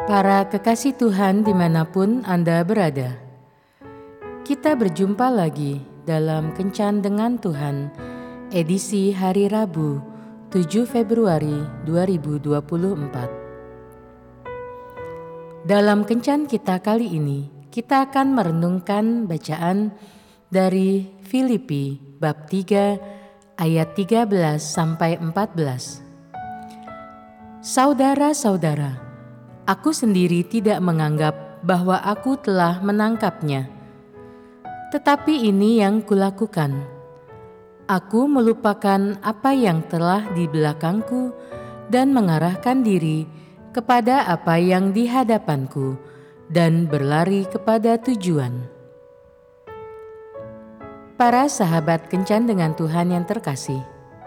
Para kekasih Tuhan dimanapun Anda berada, kita berjumpa lagi dalam Kencan dengan Tuhan, edisi hari Rabu 7 Februari 2024. Dalam Kencan kita kali ini, kita akan merenungkan bacaan dari Filipi bab 3 ayat 13-14. Saudara-saudara, aku sendiri tidak menganggap bahwa aku telah menangkapnya. Tetapi ini yang kulakukan. Aku melupakan apa yang telah di belakangku dan mengarahkan diri kepada apa yang di hadapanku dan berlari kepada tujuan. Para sahabat Kencan dengan Tuhan yang terkasih,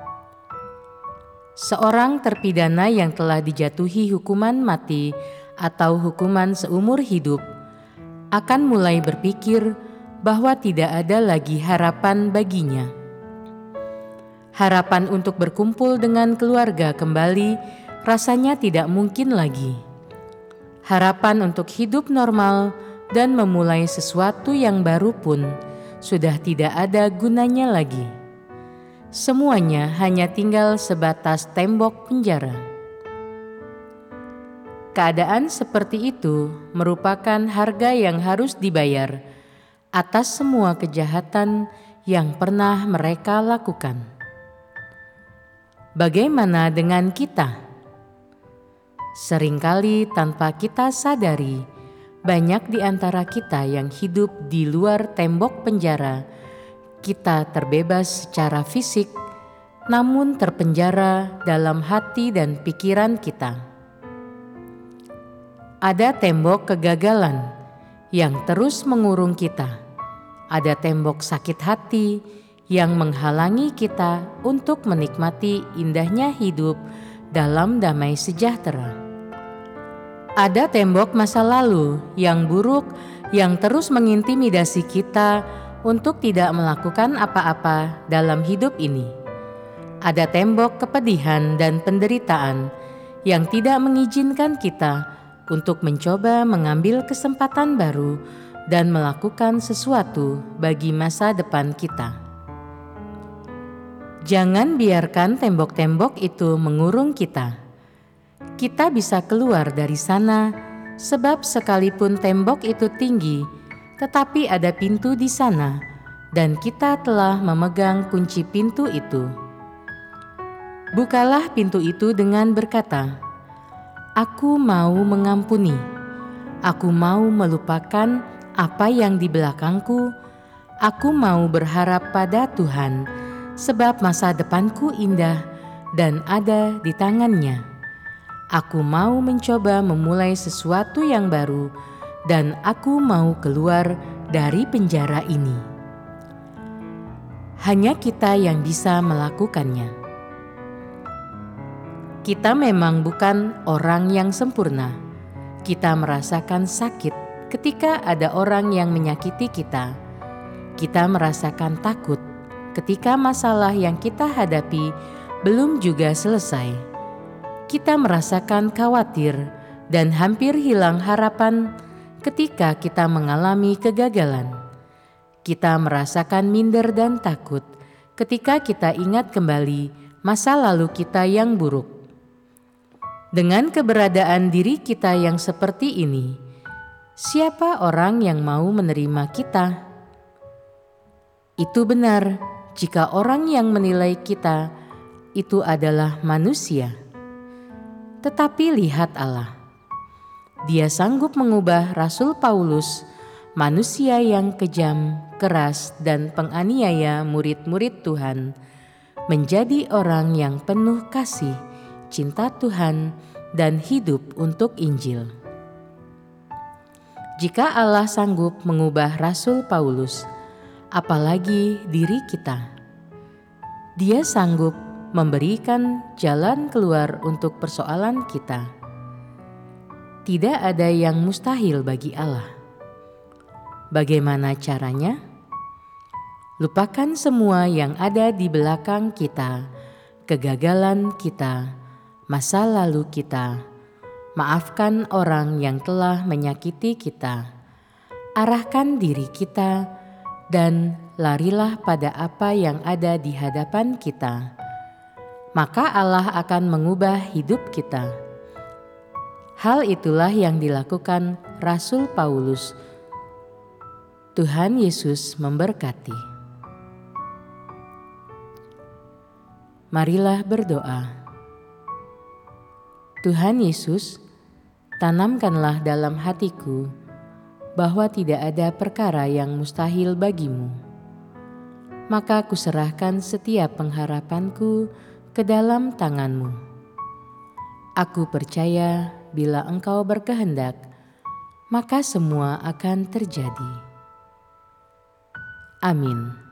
seorang terpidana yang telah dijatuhi hukuman mati atau hukuman seumur hidup akan mulai berpikir bahwa tidak ada lagi harapan baginya. Harapan untuk berkumpul dengan keluarga kembali rasanya tidak mungkin lagi. Harapan untuk hidup normal dan memulai sesuatu yang baru pun sudah tidak ada gunanya lagi. Semuanya hanya tinggal sebatas tembok penjara. Keadaan seperti itu merupakan harga yang harus dibayar atas semua kejahatan yang pernah mereka lakukan. Bagaimana dengan kita? Seringkali tanpa kita sadari, banyak di antara kita yang hidup di luar tembok penjara. Kita terbebas secara fisik, namun terpenjara dalam hati dan pikiran kita. Ada tembok kegagalan yang terus mengurung kita. Ada tembok sakit hati yang menghalangi kita untuk menikmati indahnya hidup dalam damai sejahtera. Ada tembok masa lalu yang buruk yang terus mengintimidasi kita untuk tidak melakukan apa-apa dalam hidup ini. Ada tembok kepedihan dan penderitaan yang tidak mengizinkan kita untuk mencoba mengambil kesempatan baru dan melakukan sesuatu bagi masa depan kita. Jangan biarkan tembok-tembok itu mengurung kita. Kita bisa keluar dari sana, sebab sekalipun tembok itu tinggi, tetapi ada pintu di sana, dan kita telah memegang kunci pintu itu. Bukalah pintu itu dengan berkata, "Aku mau mengampuni. Aku mau melupakan apa yang di belakangku. Aku mau berharap pada Tuhan, sebab masa depanku indah dan ada di tangan-Nya. Aku mau mencoba memulai sesuatu yang baru, dan aku mau keluar dari penjara ini." Hanya kita yang bisa melakukannya. Kita memang bukan orang yang sempurna. Kita merasakan sakit ketika ada orang yang menyakiti kita. Kita merasakan takut ketika masalah yang kita hadapi belum juga selesai. Kita merasakan khawatir dan hampir hilang harapan ketika kita mengalami kegagalan. Kita merasakan minder dan takut ketika kita ingat kembali masa lalu kita yang buruk. Dengan keberadaan diri kita yang seperti ini, siapa orang yang mau menerima kita? Itu benar jika orang yang menilai kita itu adalah manusia. Tetapi lihat Allah. Dia sanggup mengubah Rasul Paulus, manusia yang kejam, keras, dan penganiaya murid-murid Tuhan, menjadi orang yang penuh kasih, cinta Tuhan, dan hidup untuk Injil. Jika Allah sanggup mengubah Rasul Paulus, apalagi diri kita. Dia sanggup memberikan jalan keluar untuk persoalan kita. Tidak ada yang mustahil bagi Allah. Bagaimana caranya? Lupakan semua yang ada di belakang kita, kegagalan kita, masa lalu kita, Maafkan orang yang telah menyakiti kita. Arahkan diri kita dan larilah pada apa yang ada di hadapan kita. Maka Allah akan mengubah hidup kita. Hal itulah yang dilakukan Rasul Paulus. Tuhan Yesus memberkati. Marilah berdoa. Tuhan Yesus, tanamkanlah dalam hatiku bahwa tidak ada perkara yang mustahil bagimu. Maka kuserahkan setiap pengharapanku ke dalam tangan-Mu. Aku percaya bila Engkau berkehendak, maka semua akan terjadi. Amin.